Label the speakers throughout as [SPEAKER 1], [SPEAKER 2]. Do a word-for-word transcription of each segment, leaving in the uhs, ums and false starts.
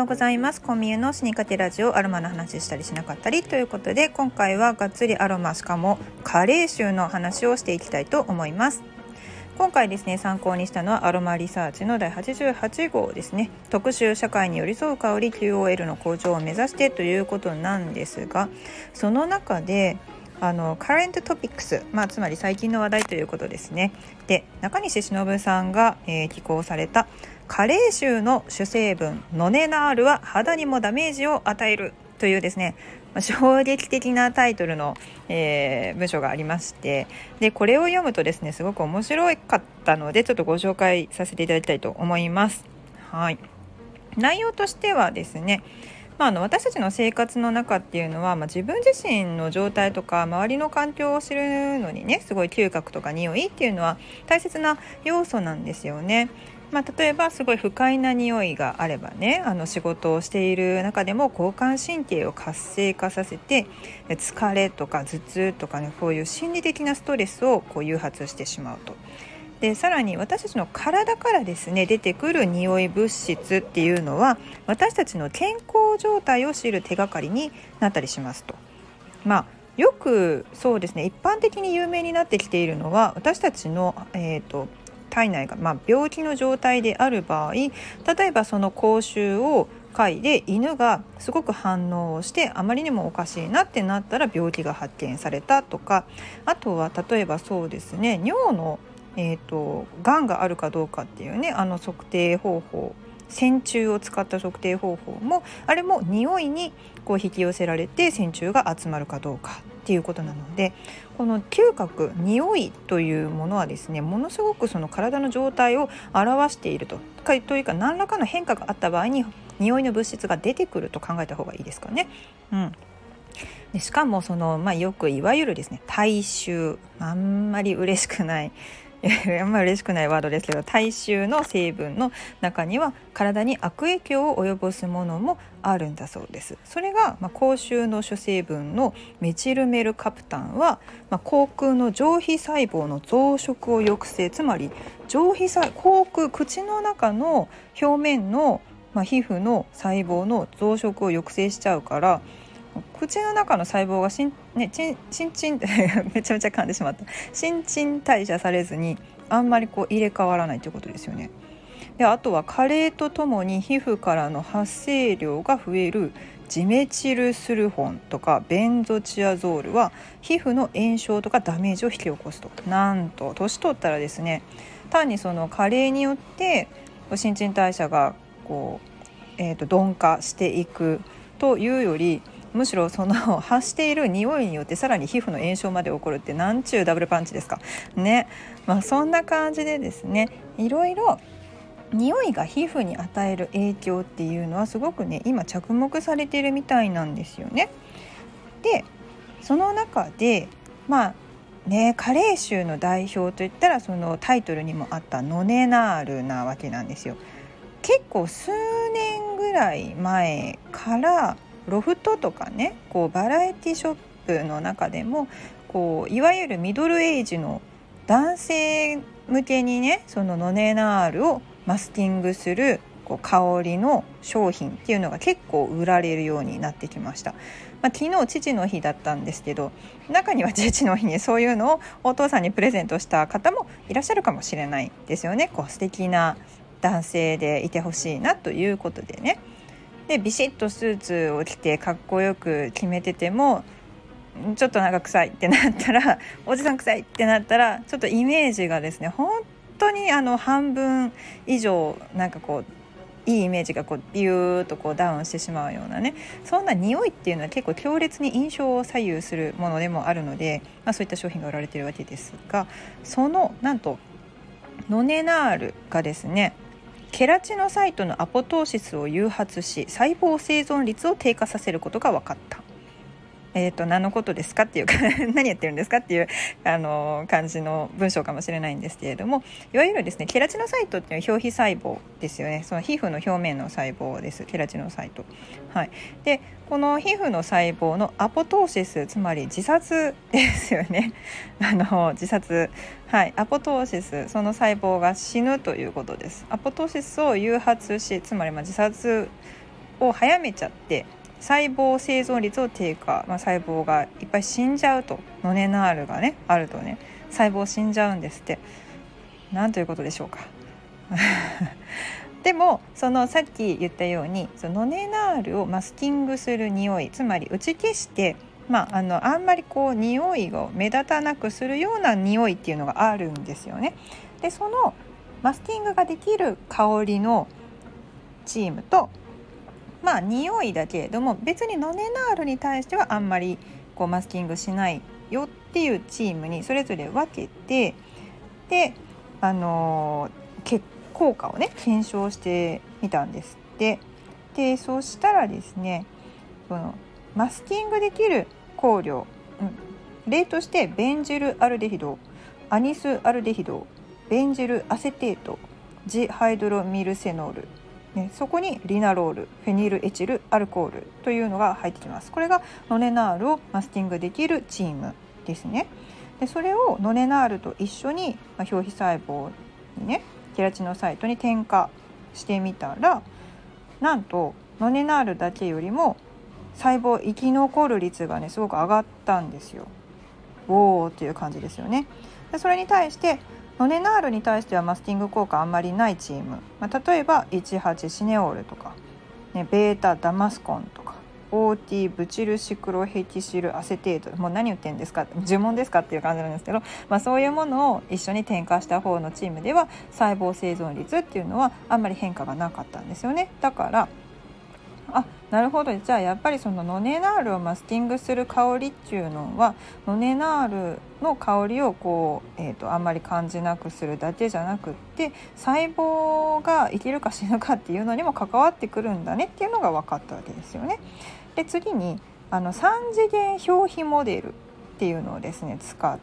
[SPEAKER 1] ようございます。コンミュの死にかけラジオ、アロマの話したりしなかったりということで、今回はがっつりアロマ、しかも加齢臭の話をしていきたいと思います。今回ですね、参考にしたのはアロマリサーチのだいはちじゅうはち号ですね。特集社会に寄り添う香り キューオーエル の向上を目指してということなんですが、その中であの Current Topics、まあ、つまり最近の話題ということですね。で、中西忍さんが、えー、寄稿された加齢臭の主成分ノネナールは肌にもダメージを与えるというですね、衝撃的なタイトルの、えー、文章がありまして、でこれを読むとですね、すごく面白かったのでちょっとご紹介させていただきたいと思います。はい、内容としてはですね、まあ、あの私たちの生活の中っていうのは、まあ、自分自身の状態とか周りの環境を知るのにね、すごい嗅覚とか匂いっていうのは大切な要素なんですよね。まあ、例えばすごい不快な匂いがあればね、あの仕事をしている中でも交感神経を活性化させて、疲れとか頭痛とかね、こういう心理的なストレスをこう誘発してしまうと。でさらに私たちの体からですね出てくる匂い物質っていうのは私たちの健康状態を知る手がかりになったりしますと。まあよくそうですね、一般的に有名になってきているのは、私たちの、えーと体内が、まあ、病気の状態である場合、例えばその口臭を嗅いで犬がすごく反応をしてあまりにもおかしいなってなったら病気が発見されたとか、あとは例えばそうですね、尿のえーと、がんがあるかどうかっていうね、あの測定方法、線虫を使った測定方法も、あれも匂いにこう引き寄せられて線虫が集まるかどうかっていうことなので、この嗅覚、匂いというものはですね、ものすごくその体の状態を表しているとというか、何らかの変化があった場合に匂いの物質が出てくると考えた方がいいですかね。うんでしかもその、まあ、よくいわゆるですね体臭、あんまり嬉しくないあんまり嬉しくないワードですけど、体臭の成分の中には体に悪影響を及ぼすものもあるんだそうです。それが、まあ、口臭の主成分のメチルメルカプタンは、まあ、口腔の上皮細胞の増殖を抑制、つまり上皮細口腔、口の中の表面の、まあ、皮膚の細胞の増殖を抑制しちゃうから、口の中の細胞がしん、ね、ちん新陳めちゃめちゃ噛んでしまった新陳代謝されずにあんまりこう入れ替わらないということですよね。であとは加齢とともに皮膚からの発生量が増えるジメチルスルフォンとかベンゾチアゾールは皮膚の炎症とかダメージを引き起こすと。なんと年取ったらですね、単にその加齢によって新陳代謝がこう、えーと、鈍化していくというより、むしろその発している匂いによってさらに皮膚の炎症まで起こるって、なんちゅうダブルパンチですかね。まあ、そんな感じでですね、いろいろ匂いが皮膚に与える影響っていうのはすごくね今着目されているみたいなんですよね。でその中でまあね、加齢臭の代表といったらそのタイトルにもあったノネナールなわけなんですよ。結構数年ぐらい前からロフトとかね、こうバラエティショップの中でもこういわゆるミドルエイジの男性向けにね、そのノネナールをマスキングするこう香りの商品っていうのが結構売られるようになってきました。まあ、昨日父の日だったんですけど、中には父の日にそういうのをお父さんにプレゼントした方もいらっしゃるかもしれないですよね。こう素敵な男性でいてほしいなということでね。でビシッとスーツを着てかっこよく決めてても、ちょっとなんか臭いってなったらおじさん臭いってなったら、ちょっとイメージがですね本当にあの半分以上なんかこういいイメージがこうビューッとこうダウンしてしまうようなね、そんな匂いっていうのは結構強烈に印象を左右するものでもあるので、まあ、そういった商品が売られているわけですが、そのなんとノネナールがですねケラチノサイトのアポトーシスを誘発し細胞生存率を低下させることが分かった。えーと、何のことですかっていうか何やってるんですかっていうあの感じの文章かもしれないんですけれども、いわゆるですねケラチノサイトっていう表皮細胞ですよね。その皮膚の表面の細胞です、ケラチノサイト、はい、でこの皮膚の細胞のアポトーシス、つまり自殺ですよねあの自殺、はい、アポトーシス、その細胞が死ぬということです。アポトーシスを誘発し、つまりまあ自殺を早めちゃって細胞生存率を低下、まあ、細胞がいっぱい死んじゃうと、ノネナールがねあるとね細胞死んじゃうんですって。なんということでしょうかでもそのさっき言ったようにそのノネナールをマスキングする匂い、つまり打ち消して、まあ、あのあんまりこう匂いを目立たなくするような匂いっていうのがあるんですよね。でそのマスキングができる香りのチームと、まあ匂いだけれども別にノネナールに対してはあんまりこうマスキングしないよっていうチームにそれぞれ分けて、であのー、結効果をね検証してみたんですって。でそうしたらですね、そのマスキングできる香料、うん、例としてベンジルアルデヒド、アニスアルデヒド、ベンジルアセテート、ジハイドロミルセノール、ね、そこにリナロール、フェニルエチルアルコールというのが入ってきます。これがノネナールをマスキングできるチームですね。でそれをノネナールと一緒に、まあ、表皮細胞にねケラチノサイトに添加してみたら、なんとノネナールだけよりも細胞生き残る率がねすごく上がったんですよ。おーっていう感じですよね。でそれに対してノネナールに対してはマスキング効果あんまりないチーム、まあ、例えばじゅうはちシネオールとか、ね、ベータダマスコンとか オーティー ブチルシクロヘキシルアセテート、もう何言ってんですか、呪文ですかっていう感じなんですけど、まあ、そういうものを一緒に添加した方のチームでは細胞生存率っていうのはあんまり変化がなかったんですよね。だからあ、なるほど、じゃあやっぱりそのノネナールをマスキングする香りっていうのはノネナールの香りをこう、えーと、あんまり感じなくするだけじゃなくって細胞が生きるか死ぬかっていうのにも関わってくるんだねっていうのが分かったわけですよね。で次にあのさん次元表皮モデルっていうのをですね使って、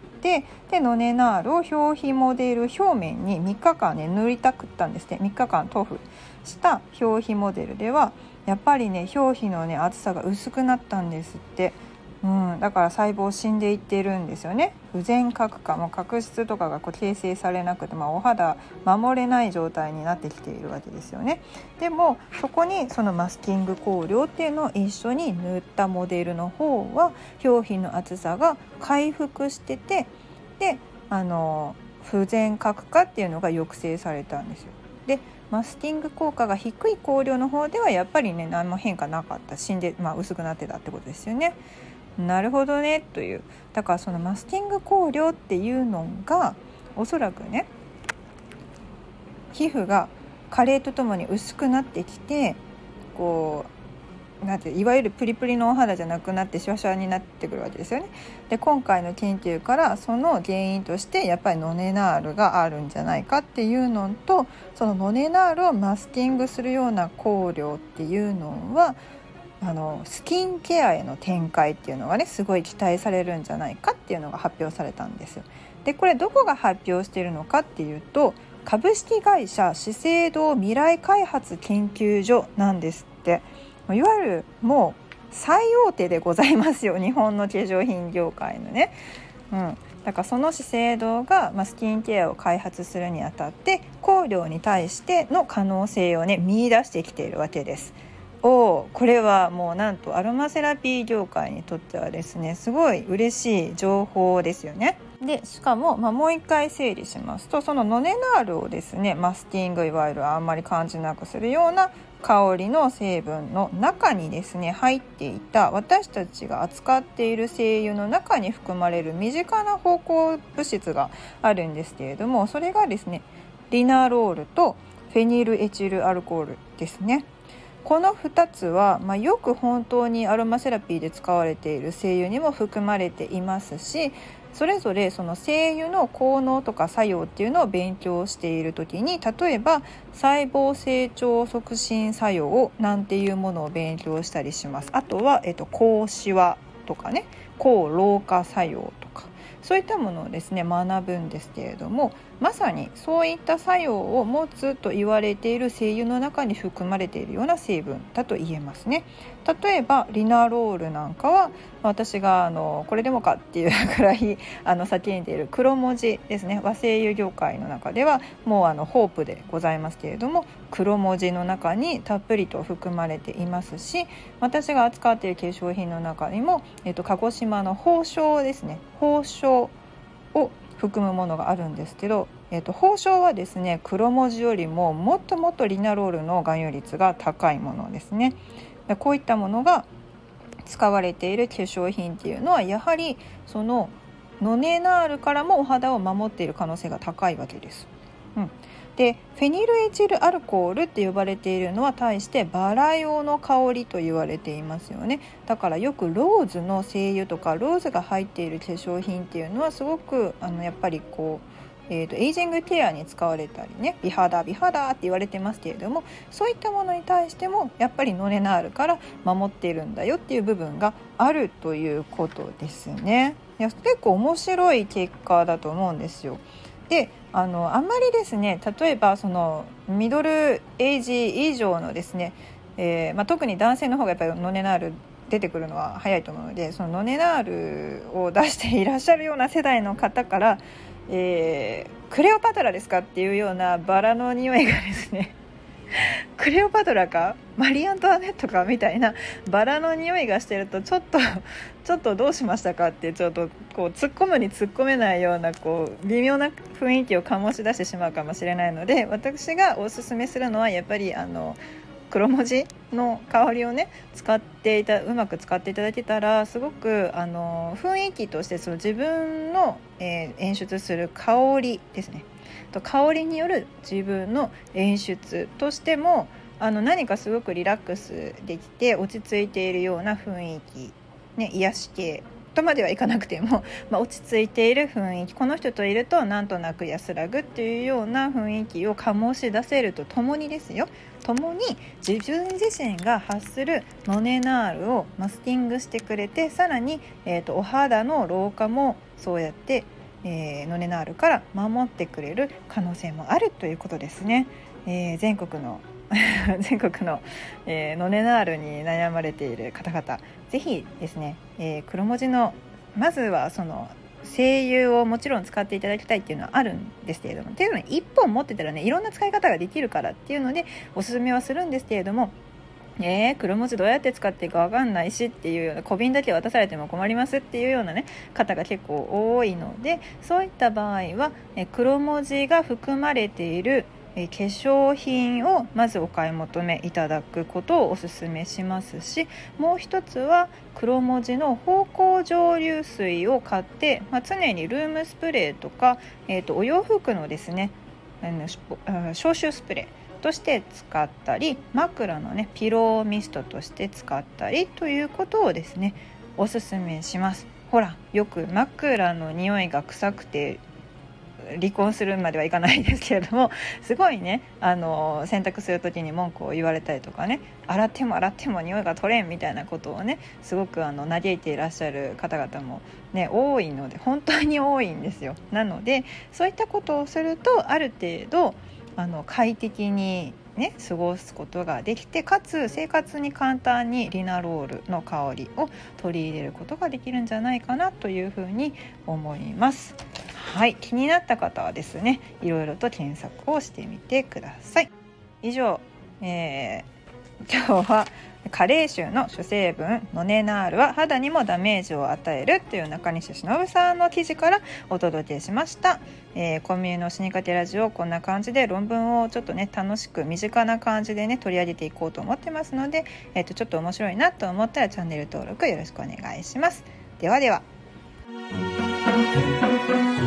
[SPEAKER 1] でノネナールを表皮モデル表面にみっかかんね塗りたくったんですね。みっかかん塗布した表皮モデルではやっぱりね表皮のね厚さが薄くなったんですって、うん、だから細胞死んでいってるんですよね。不全角化も角質とかがこう形成されなくて、まあ、お肌守れない状態になってきているわけですよね。でもそこにそのマスキング香料っていうのを一緒に塗ったモデルの方は表皮の厚さが回復してて、であの不全角化っていうのが抑制されたんですよ。でマスキング効果が低い香料の方ではやっぱりね何も変化なかった、死んで、まあ、薄くなってたってことですよね。なるほどねという、だからそのマスキング香料っていうのがおそらくね皮膚が加齢とともに薄くなってきて、こうなんていわゆるプリプリのお肌じゃなくなってシワシワになってくるわけですよね。で今回の研究からその原因としてやっぱりノネナールがあるんじゃないかっていうのと、そのノネナールをマスキングするような香料っていうのはあのスキンケアへの展開っていうのがねすごい期待されるんじゃないかっていうのが発表されたんです。でこれどこが発表しているのかっていうと、株式会社資生堂未来開発研究所なんですって。いわゆるもう最大手でございますよ、日本の化粧品業界のね、うん、だからその資生堂が、まあ、スキンケアを開発するにあたって香料に対しての可能性をね見出してきているわけです。おこれはもうなんとアロマセラピー業界にとってはですねすごい嬉しい情報ですよね。でしかも、まあ、もう一回整理しますと、そのノネナールをですねマスキングいわゆるあんまり感じなくするような香りの成分の中にですね入っていた私たちが扱っている精油の中に含まれる身近な芳香物質があるんですけれども、それがですねリナロールとフェニルエチルアルコールですね。このふたつは、まあ、よく本当にアロマセラピーで使われている精油にも含まれていますし、それぞれその精油の効能とか作用っていうのを勉強しているときに、例えば細胞成長促進作用なんていうものを勉強したりします。あとは、えっと、抗シワとかね抗老化作用とかそういったものをですね学ぶんですけれども、 まさにそういった作用を持つと言われている精油の中に含まれているような成分だと言えますね。例えばリナロールなんかは、私があのこれでもかっていうくらいあの叫んでいる黒文字ですね。和精油業界の中ではもうあのホープでございますけれども、黒文字の中にたっぷりと含まれていますし、私が扱っている化粧品の中にも、えっと、鹿児島の宝生ですね、宝生を含むものがあるんですけど、えっと、宝生はですね、黒文字よりももっともっとリナロールの含有率が高いものですね。こういったものが使われている化粧品っていうのは、やはりそのノネナールからもお肌を守っている可能性が高いわけです。うん、でフェニルエチルアルコールって呼ばれているのは、対してバラ用の香りと言われていますよね。だからよくローズの精油とかローズが入っている化粧品っていうのはすごくあのやっぱりこうえー、とエイジングケアに使われたりね、美肌美肌って言われてますけれども、そういったものに対してもやっぱりノネナールから守っているんだよっていう部分があるということですね。いや結構面白い結果だと思うんですよ。であのあんまりですね、例えばそのミドルエイジ以上のですね、えーまあ、特に男性の方がやっぱりノネナール出てくるのは早いと思うので、そのノネナールを出していらっしゃるような世代の方からえー、クレオパトラですかっていうようなバラの匂いがですねクレオパトラかマリー・アントワネットかみたいなバラの匂いがしてると、ちょっとちょっとどうしましたかってちょっとこう突っ込むに突っ込めないようなこう微妙な雰囲気を醸し出してしまうかもしれないので、私がおすすめするのはやっぱりあの黒文字の香りをね使っていたうまく使っていただけたら、すごくあの雰囲気としてその自分の、えー、演出する香りですねと、香りによる自分の演出としてもあの何かすごくリラックスできて落ち着いているような雰囲気、ね、癒し系とまではいかなくても、まあ、落ち着いている雰囲気、この人といるとなんとなく安らぐっていうような雰囲気を醸し出せるとともにですよ、ともに自分自身が発するノネナールをマスキングしてくれて、さらに、えーと、お肌の老化もそうやって、えー、ノネナールから守ってくれる可能性もあるということですね。えー、全国の全国の、えー、ノネナールに悩まれている方々、ぜひですね、えー、黒文字のまずはその精油をもちろん使っていただきたいっていうのはあるんですけれども、っていうのにいっぽん持ってたらね、いろんな使い方ができるからっていうのでおすすめはするんですけれども、えー、黒文字どうやって使っていいか分かんないしっていうような、小瓶だけ渡されても困りますっていうようなね方が結構多いので、そういった場合はえ黒文字が含まれているえ化粧品をまずお買い求めいただくことをお勧めしますし、もう一つは黒文字の芳香蒸留水を買って、まあ、常にルームスプレーとか、えーと、お洋服のですねあの消臭スプレーとして使ったり、枕のねピローミストとして使ったりということをですねお勧めします。ほら、よく枕の匂いが臭くて離婚するまではいかないですけれども、すごいねあの洗濯する時に文句を言われたりとかね、洗っても洗っても匂いが取れんみたいなことをねすごくあの嘆いていらっしゃる方々もね多いので、本当に多いんですよ。なのでそういったことをするとある程度あの快適にね過ごすことができて、かつ生活に簡単にリナロールの香りを取り入れることができるんじゃないかなというふうに思います。はい、気になった方はですねいろいろと検索をしてみてください。以上、えー、今日は加齢臭の主成分ノネナールは肌にもダメージを与えるという中西忍さんの記事からお届けしました。えー、コンビニの死にかけラジオ、こんな感じで論文をちょっとね楽しく身近な感じでね取り上げていこうと思ってますので、えーと、ちょっと面白いなと思ったらチャンネル登録よろしくお願いします。ではでは。